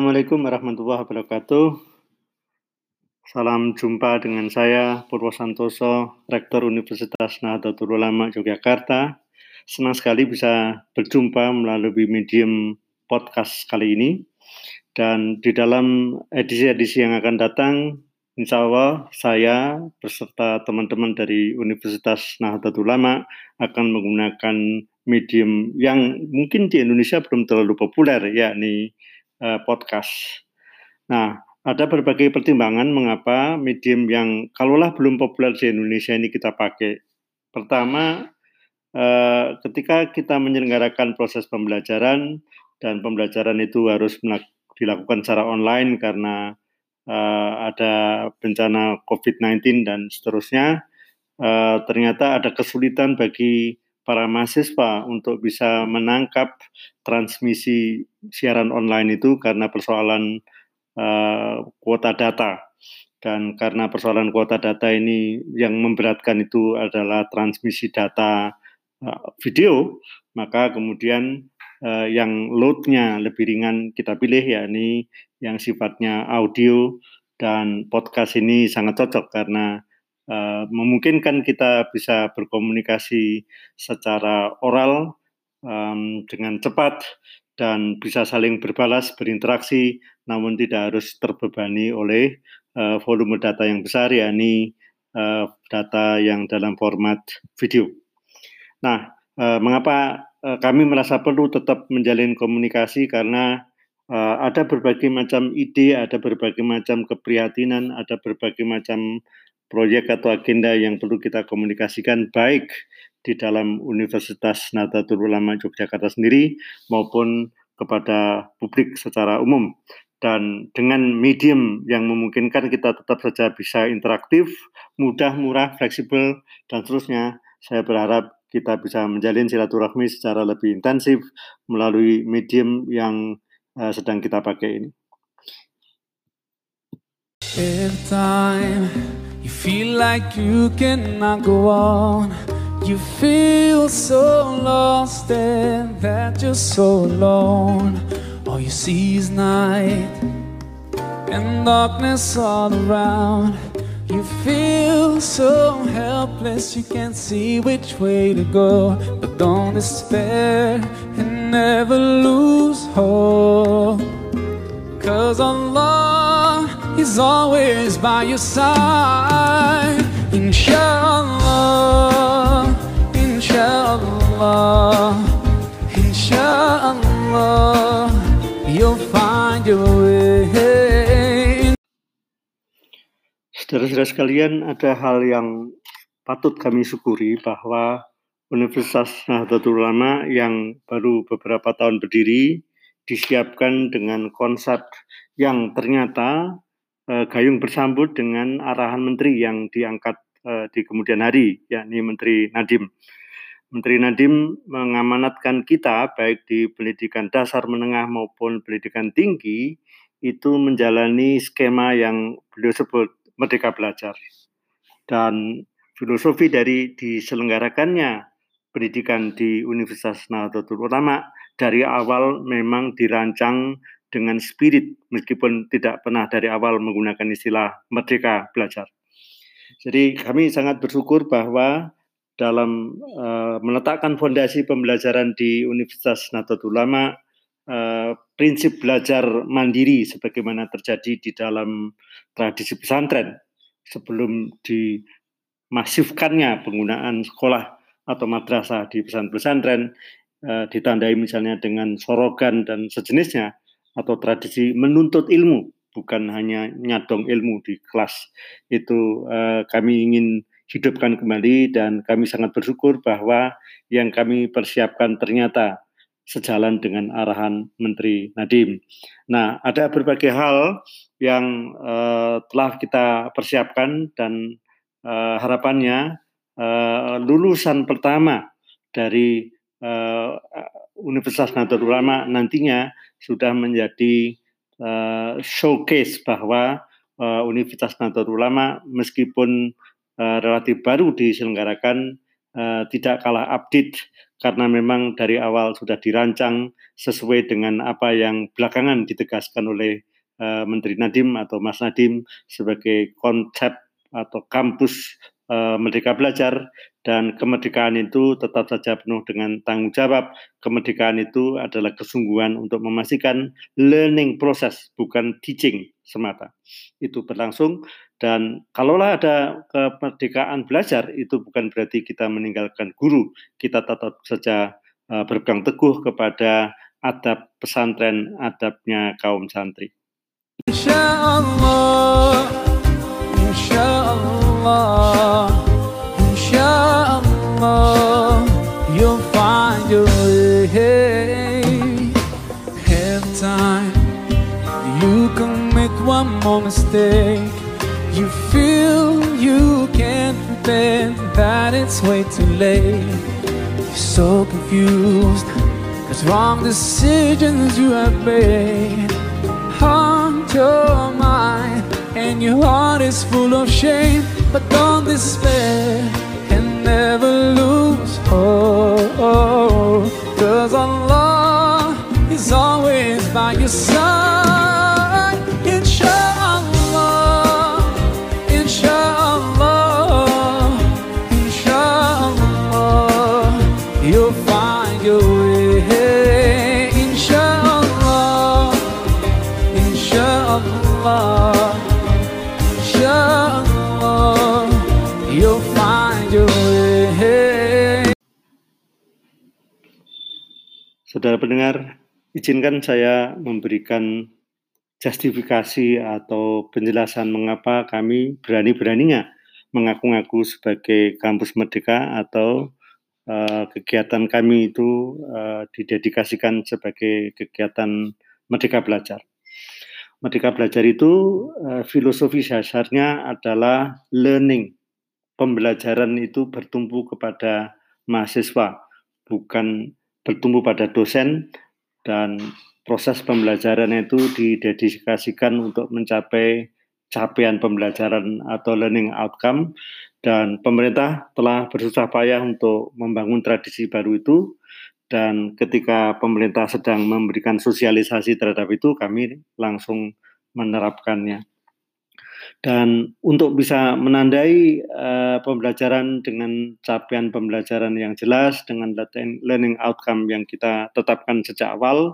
Assalamualaikum warahmatullahi wabarakatuh. Salam jumpa dengan saya, Purwo Santoso, Rektor Universitas Nahdlatul Ulama Yogyakarta. Senang sekali bisa berjumpa melalui medium podcast kali ini. Dan di dalam edisi-edisi yang akan datang, insya Allah saya beserta teman-teman dari Universitas Nahdlatul Ulama akan menggunakan medium yang mungkin di Indonesia belum terlalu populer, yakni podcast. Nah, ada berbagai pertimbangan mengapa medium yang kalaulah belum populer di Indonesia ini kita pakai. Pertama, ketika kita menyelenggarakan proses pembelajaran dan pembelajaran itu harus dilakukan secara online karena ada bencana COVID-19 dan seterusnya, ternyata ada kesulitan bagi para mahasiswa untuk bisa menangkap transmisi siaran online itu karena persoalan kuota data. Dan karena persoalan kuota data ini yang memberatkan itu adalah transmisi data video, maka kemudian yang load-nya lebih ringan kita pilih, yakni yang sifatnya audio, dan podcast ini sangat cocok karena memungkinkan kita bisa berkomunikasi secara oral dengan cepat dan bisa saling berbalas, berinteraksi, namun tidak harus terbebani oleh volume data yang besar, yakni data yang dalam format video. Nah, mengapa kami merasa perlu tetap menjalin komunikasi? Karena ada berbagai macam ide, ada berbagai macam keprihatinan, ada berbagai macam proyek atau agenda yang perlu kita komunikasikan, baik di dalam Universitas Nahdlatul Ulama Yogyakarta sendiri maupun kepada publik secara umum. Dan dengan medium yang memungkinkan kita tetap saja bisa interaktif, mudah, murah, fleksibel, dan seterusnya, saya berharap kita bisa menjalin silaturahmi secara lebih intensif melalui medium yang sedang kita pakai ini. Every time you feel like you cannot go on, you feel so lost and that you're so alone. All you see is night and darkness all around. You feel so helpless, you can't see which way to go. But don't despair and never lose hope, 'cause Allah is always by your side. Inshallah, inshallah, inshallah, you'll find your way. Saudara-saudara sekalian, ada hal yang patut kami syukuri bahwa Universitas Nahdlatul Ulama yang baru beberapa tahun berdiri disiapkan dengan konsep yang ternyata gayung bersambut dengan arahan menteri yang diangkat di kemudian hari, yakni Menteri Nadiem. Menteri Nadiem mengamanatkan kita baik di pendidikan dasar, menengah maupun pendidikan tinggi itu menjalani skema yang beliau sebut Merdeka Belajar. Dan filosofi dari diselenggarakannya pendidikan di Universitas Nahdlatul Ulama dari awal memang dirancang dengan spirit, meskipun tidak pernah dari awal menggunakan istilah Merdeka Belajar. Jadi kami sangat bersyukur bahwa dalam meletakkan fondasi pembelajaran di Universitas Nahdlatul Ulama, prinsip belajar mandiri sebagaimana terjadi di dalam tradisi pesantren sebelum dimasifkannya penggunaan sekolah atau madrasah di pesantren, ditandai misalnya dengan sorogan dan sejenisnya, atau tradisi menuntut ilmu, bukan hanya nyadong ilmu di kelas. Itu kami ingin hidupkan kembali, dan kami sangat bersyukur bahwa yang kami persiapkan ternyata sejalan dengan arahan Menteri Nadiem. Nah, ada berbagai hal yang telah kita persiapkan, dan harapannya lulusan pertama dari Universitas Nahdlatul Ulama nantinya sudah menjadi showcase bahwa Universitas Nahdlatul Ulama meskipun relatif baru diselenggarakan, tidak kalah update karena memang dari awal sudah dirancang sesuai dengan apa yang belakangan ditegaskan oleh Menteri Nadiem atau Mas Nadiem sebagai konsep atau kampus Merdeka Belajar. Dan kemerdekaan itu tetap saja penuh dengan tanggung jawab. Kemerdekaan itu adalah kesungguhan untuk memastikan learning proses, bukan teaching semata. Itu berlangsung, dan kalaulah ada kemerdekaan belajar, itu bukan berarti kita meninggalkan guru. Kita tetap saja berpegang teguh kepada adab pesantren, adabnya kaum santri. Insyaallah, insyaallah, insyaallah, you'll find your way. Every time you can make one more mistake, you feel you can't pretend that it's way too late. You're so confused, 'cause wrong decisions you have made haunt your mind, and your heart is full of shame. But don't despair and never lose hope, 'cause Allah is always by your side. Inshallah, inshallah, inshallah, you'll find your way. Inshallah, inshallah, inshallah, you'll find your way. Saudara pendengar, izinkan saya memberikan justifikasi atau penjelasan mengapa kami berani-beraninya mengaku-ngaku sebagai kampus merdeka atau kegiatan kami itu didedikasikan sebagai kegiatan Merdeka Belajar. Merdeka Belajar itu filosofi dasarnya adalah learning. Pembelajaran itu bertumpu kepada mahasiswa, bukan bertumpu pada dosen, dan proses pembelajaran itu didedikasikan untuk mencapai capaian pembelajaran atau learning outcome, dan pemerintah telah bersusah payah untuk membangun tradisi baru itu, dan ketika pemerintah sedang memberikan sosialisasi terhadap itu, kami langsung menerapkannya. Dan untuk bisa menandai pembelajaran dengan capaian pembelajaran yang jelas, dengan learning outcome yang kita tetapkan sejak awal,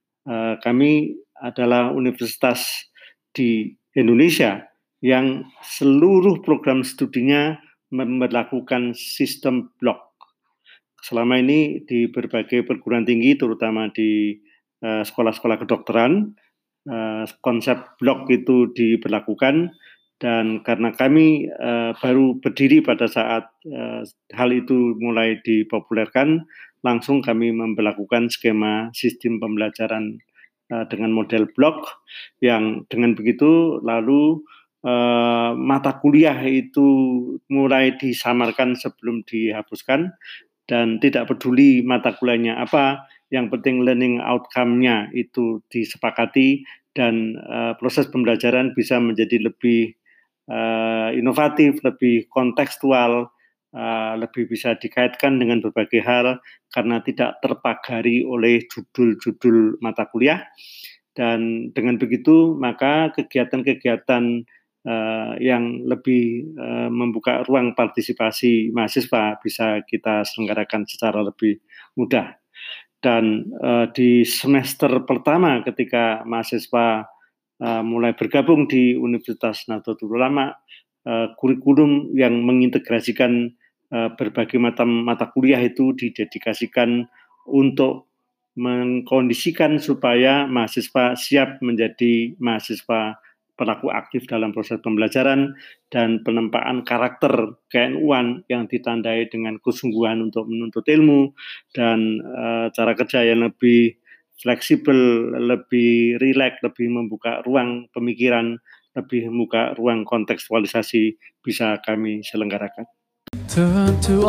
kami adalah universitas di Indonesia yang seluruh program studinya melakukan sistem blok. Selama ini di berbagai perguruan tinggi, terutama di sekolah-sekolah kedokteran, konsep blok itu diberlakukan, dan karena kami baru berdiri pada saat hal itu mulai dipopulerkan, langsung kami memberlakukan skema sistem pembelajaran dengan model blok, yang dengan begitu lalu mata kuliah itu mulai disamarkan sebelum dihapuskan, dan tidak peduli mata kuliahnya apa, yang penting learning outcome-nya itu disepakati, dan proses pembelajaran bisa menjadi lebih inovatif, lebih kontekstual, lebih bisa dikaitkan dengan berbagai hal karena tidak terpagari oleh judul-judul mata kuliah. Dan dengan begitu maka kegiatan-kegiatan yang lebih membuka ruang partisipasi mahasiswa bisa kita selenggarakan secara lebih mudah. Dan di semester pertama ketika mahasiswa mulai bergabung di Universitas Nahdlatul Ulama, kurikulum yang mengintegrasikan berbagai macam mata kuliah itu didedikasikan untuk mengkondisikan supaya mahasiswa siap menjadi mahasiswa pelaku aktif dalam proses pembelajaran, dan penempaan karakter KNU-an yang ditandai dengan kesungguhan untuk menuntut ilmu, dan cara kerja yang lebih fleksibel, lebih rileks, lebih membuka ruang pemikiran, lebih membuka ruang kontekstualisasi bisa kami selenggarakan. Turn to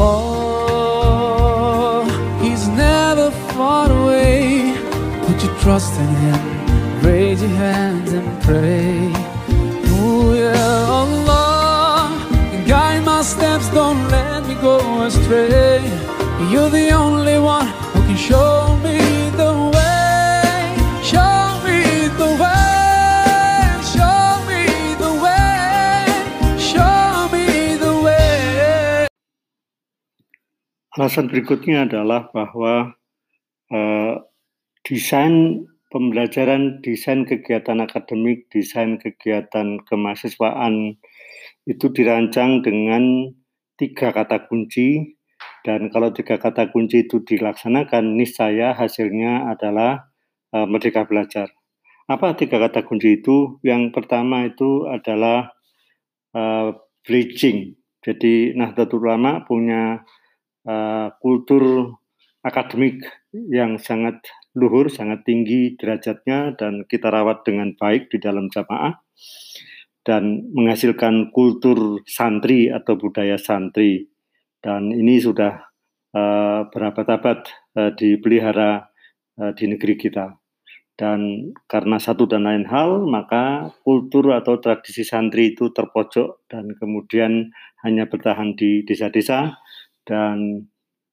Allah, He's never far away. Put your trust in Him, raise your hands and pray. Oh yeah, Allah, guide my steps, don't let me go astray. astray. You're the only one who can show me the way. Show me the way. Show me the way. Show me the way. Alasan berikutnya adalah bahwa desain pembelajaran, desain kegiatan akademik, desain kegiatan kemahasiswaan itu dirancang dengan 3 kata kunci, dan kalau 3 kata kunci itu dilaksanakan, niscaya hasilnya adalah merdeka belajar. Apa 3 kata kunci itu? Yang pertama itu adalah bridging. Jadi Nahdlatul Ulama punya kultur akademik yang sangat luhur, sangat tinggi derajatnya, dan kita rawat dengan baik di dalam jamaah, dan menghasilkan kultur santri atau budaya santri. Dan ini sudah berabad-abad dipelihara di negeri kita. Dan karena satu dan lain hal, maka kultur atau tradisi santri itu terpojok dan kemudian hanya bertahan di desa-desa, dan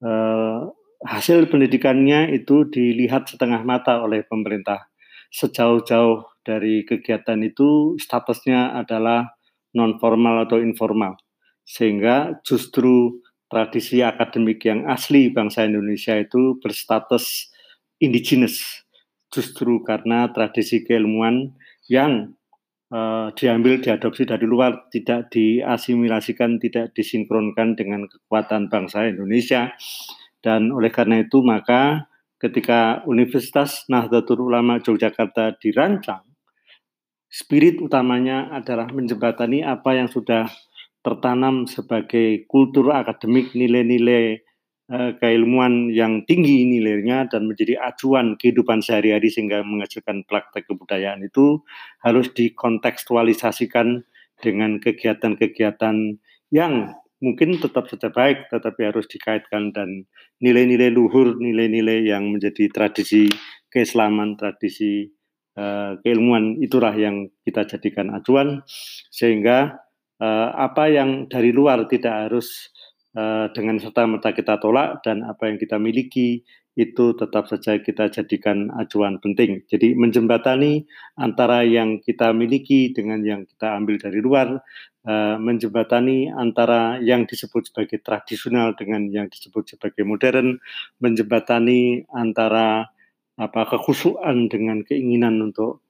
hasil pendidikannya itu dilihat setengah mata oleh pemerintah. Sejauh-jauh dari kegiatan itu statusnya adalah non-formal atau informal. Sehingga justru tradisi akademik yang asli bangsa Indonesia itu berstatus indigenous. Justru karena tradisi keilmuan yang diambil, diadopsi dari luar, tidak diasimilasikan, tidak disinkronkan dengan kekuatan bangsa Indonesia. Dan oleh karena itu maka ketika Universitas Nahdlatul Ulama Yogyakarta dirancang, spirit utamanya adalah menjembatani apa yang sudah tertanam sebagai kultur akademik, nilai-nilai keilmuan yang tinggi nilainya dan menjadi acuan kehidupan sehari-hari sehingga menghasilkan praktek kebudayaan itu harus dikontekstualisasikan dengan kegiatan-kegiatan yang mungkin tetap saja baik, tetapi harus dikaitkan dan nilai-nilai luhur, nilai-nilai yang menjadi tradisi keislaman, tradisi keilmuan, itulah yang kita jadikan acuan, sehingga apa yang dari luar tidak harus dengan serta-merta kita tolak, dan apa yang kita miliki itu tetap saja kita jadikan acuan penting. Jadi menjembatani antara yang kita miliki dengan yang kita ambil dari luar, menjembatani antara yang disebut sebagai tradisional dengan yang disebut sebagai modern, menjembatani antara kekhusyuan dengan keinginan untuk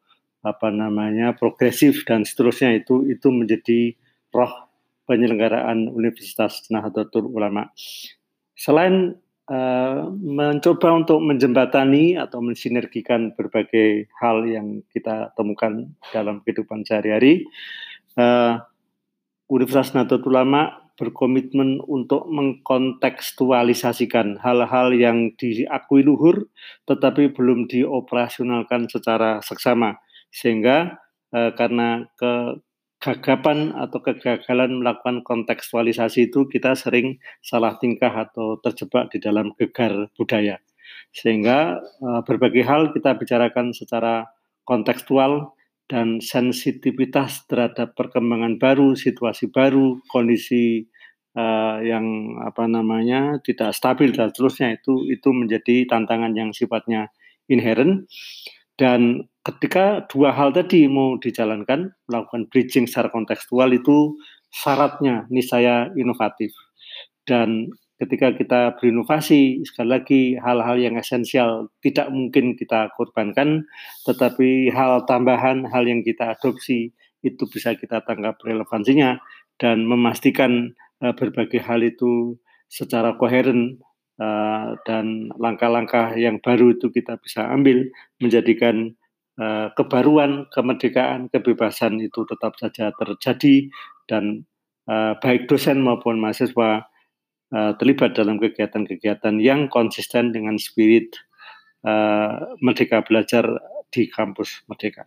progresif dan seterusnya, itu menjadi roh penyelenggaraan Universitas Nahdlatul Ulama. Selain mencoba untuk menjembatani atau mensinergikan berbagai hal yang kita temukan dalam kehidupan sehari-hari, Universitas Nahdlatul Ulama berkomitmen untuk mengkontekstualisasikan hal-hal yang diakui luhur tetapi belum dioperasionalkan secara seksama, sehingga karena kegagapan atau kegagalan melakukan kontekstualisasi itu kita sering salah tingkah atau terjebak di dalam gegar budaya, sehingga berbagai hal kita bicarakan secara kontekstual dan sensitivitas terhadap perkembangan baru, situasi baru, kondisi yang tidak stabil dan seterusnya, itu menjadi tantangan yang sifatnya inherent. Dan ketika dua hal tadi mau dijalankan, melakukan bridging secara kontekstual, itu syaratnya niscaya inovatif. Dan ketika kita berinovasi, sekali lagi hal-hal yang esensial tidak mungkin kita korbankan, tetapi hal tambahan, hal yang kita adopsi itu bisa kita tangkap relevansinya dan memastikan berbagai hal itu secara koheren, dan langkah-langkah yang baru itu kita bisa ambil, menjadikan kebaruan, kemerdekaan, kebebasan itu tetap saja terjadi, dan baik dosen maupun mahasiswa terlibat dalam kegiatan-kegiatan yang konsisten dengan spirit Merdeka Belajar di kampus Merdeka.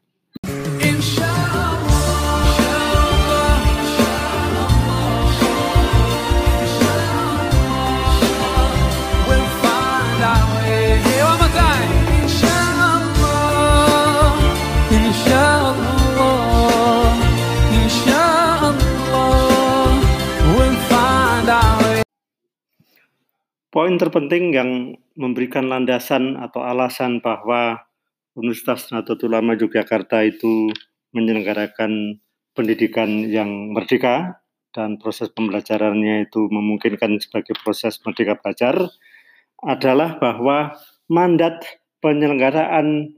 Poin terpenting yang memberikan landasan atau alasan bahwa Universitas Nahdlatul Ulama Yogyakarta itu menyelenggarakan pendidikan yang merdeka dan proses pembelajarannya itu memungkinkan sebagai proses merdeka belajar adalah bahwa mandat penyelenggaraan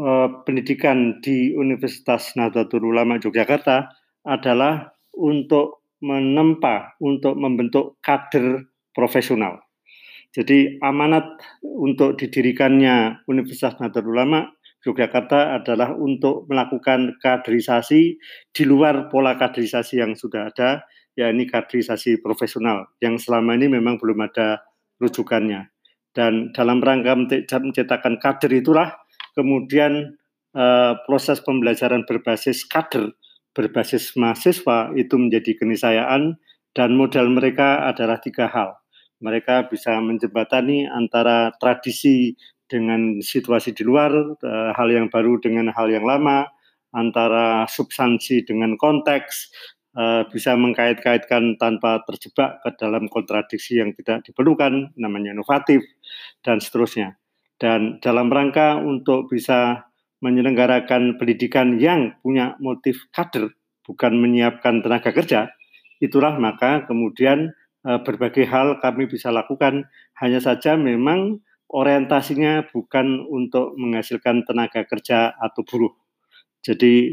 pendidikan di Universitas Nahdlatul Ulama Yogyakarta adalah untuk menempa, untuk membentuk kader profesional. Jadi amanat untuk didirikannya Universitas Nahdlatul Ulama Yogyakarta adalah untuk melakukan kaderisasi di luar pola kaderisasi yang sudah ada, yakni kaderisasi profesional yang selama ini memang belum ada rujukannya. Dan dalam rangka menciptakan kader itulah kemudian proses pembelajaran berbasis kader, berbasis mahasiswa itu menjadi keniscayaan, dan modal mereka adalah 3 hal. Mereka bisa menjembatani antara tradisi dengan situasi di luar, hal yang baru dengan hal yang lama, antara substansi dengan konteks, bisa mengkait-kaitkan tanpa terjebak ke dalam kontradiksi yang tidak diperlukan, namanya inovatif, dan seterusnya. Dan dalam rangka untuk bisa menyelenggarakan pendidikan yang punya motif kader, bukan menyiapkan tenaga kerja, itulah maka kemudian berbagai hal kami bisa lakukan, hanya saja memang orientasinya bukan untuk menghasilkan tenaga kerja atau buruh. Jadi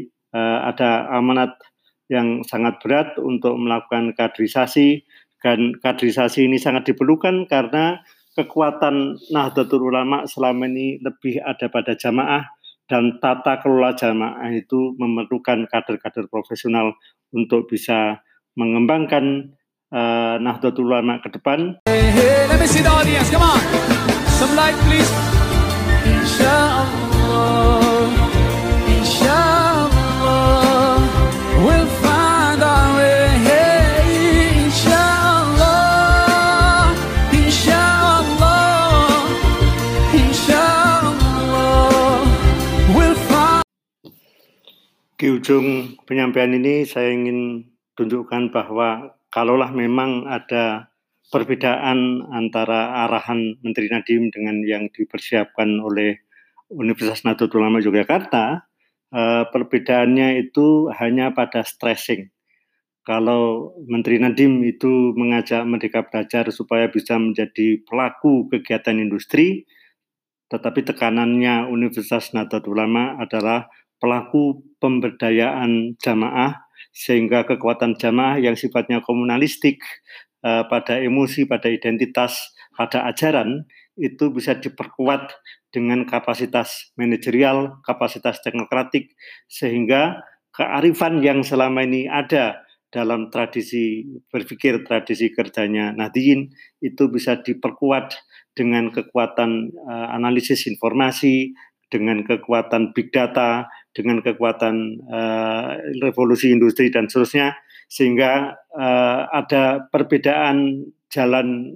ada amanat yang sangat berat untuk melakukan kaderisasi, dan kaderisasi ini sangat diperlukan karena kekuatan Nahdlatul Ulama selama ini lebih ada pada jamaah, dan tata kelola jamaah itu memerlukan kader-kader profesional untuk bisa mengembangkan Nahdlatul Ulama ke depan. Hey, hey, let me see the audience, come on. Some light please. Insyaallah, Insyaallah, we'll find our way. Hey, Insyaallah, Insyaallah, Insyaallah, we'll find. Di ujung penyampaian ini saya ingin tunjukkan bahwa kalaulah memang ada perbedaan antara arahan Menteri Nadiem dengan yang dipersiapkan oleh Universitas Nahdlatul Ulama Yogyakarta, perbedaannya itu hanya pada stressing. Kalau Menteri Nadiem itu mengajak Merdeka Belajar supaya bisa menjadi pelaku kegiatan industri, tetapi tekanannya Universitas Nahdlatul Ulama adalah pelaku pemberdayaan jamaah, sehingga kekuatan jamaah yang sifatnya komunalistik, pada emosi, pada identitas, pada ajaran, itu bisa diperkuat dengan kapasitas manajerial, kapasitas teknokratik, sehingga kearifan yang selama ini ada dalam tradisi berpikir, tradisi kerjanya Nahdien, itu bisa diperkuat dengan kekuatan analisis informasi, dengan kekuatan big data, dengan kekuatan revolusi industri dan seterusnya, sehingga ada perbedaan jalan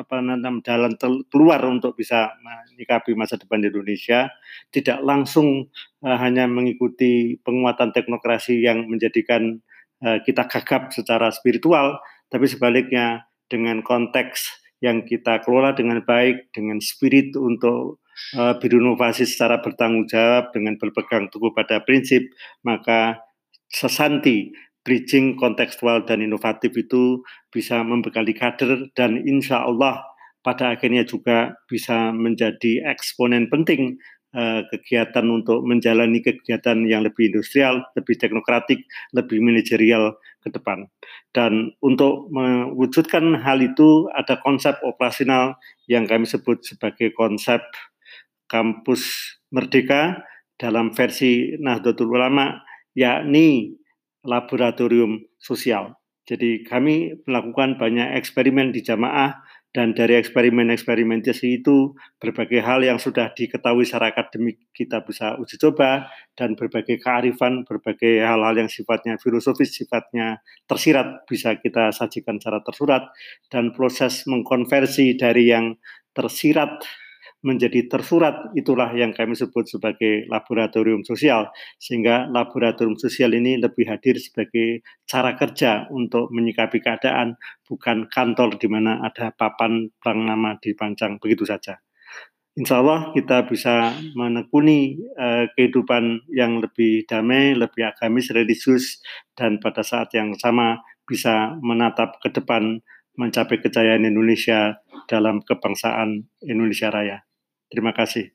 keluar untuk bisa menyikapi masa depan di Indonesia, tidak langsung hanya mengikuti penguatan teknokrasi yang menjadikan kita gagap secara spiritual, tapi sebaliknya dengan konteks yang kita kelola dengan baik, dengan spirit untuk berinovasi secara bertanggung jawab, dengan berpegang teguh pada prinsip, maka sesanti bridging kontekstual dan inovatif itu bisa membekali kader, dan insya Allah pada akhirnya juga bisa menjadi eksponen penting kegiatan untuk menjalani kegiatan yang lebih industrial, lebih teknokratik, lebih manajerial ke depan. Dan untuk mewujudkan hal itu ada konsep operasional yang kami sebut sebagai konsep kampus merdeka dalam versi Nahdlatul Ulama, yakni laboratorium sosial. Jadi kami melakukan banyak eksperimen di jamaah, dan dari eksperimentasi itu berbagai hal yang sudah diketahui secara akademik kita bisa uji coba, dan berbagai kearifan, berbagai hal-hal yang sifatnya filosofis, sifatnya tersirat bisa kita sajikan secara tersurat, dan proses mengkonversi dari yang tersirat menjadi tersurat, itulah yang kami sebut sebagai laboratorium sosial. Sehingga laboratorium sosial ini lebih hadir sebagai cara kerja untuk menyikapi keadaan, bukan kantor di mana ada papan blank nama dipancang begitu saja. Insya Allah kita bisa menekuni kehidupan yang lebih damai, lebih agamis, religius, dan pada saat yang sama bisa menatap ke depan mencapai kejayaan Indonesia dalam kebangsaan Indonesia Raya. Terima kasih.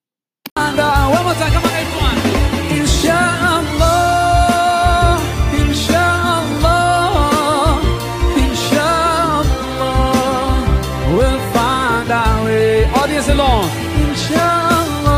Alone. Inshallah.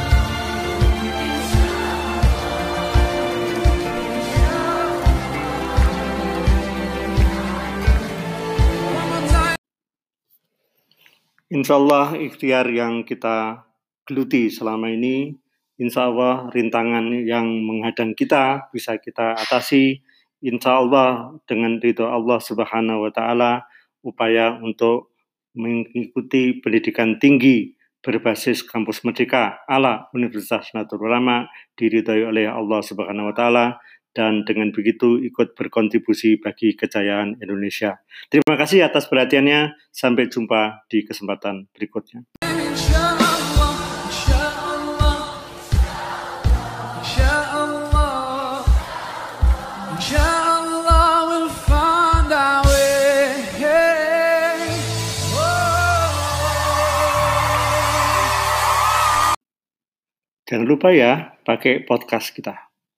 Insyaallah ikhtiar yang kita geluti selama ini, insyaallah rintangan yang menghadang kita bisa kita atasi. Insyaallah dengan ridho Allah Subhanahu wa taala upaya untuk mengikuti pendidikan tinggi berbasis kampus merdeka ala Universitas Nahdlatul Ulama diridhoi oleh Allah Subhanahu wa taala, dan dengan begitu ikut berkontribusi bagi kejayaan Indonesia. Terima kasih atas perhatiannya. Sampai jumpa di kesempatan berikutnya. Jangan lupa ya, pakai podcast kita.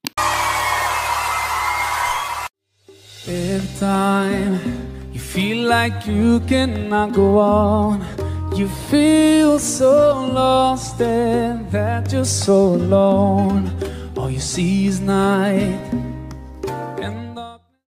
Every time you feel like you cannot go on, you feel so lost and that you're so alone. All you see is night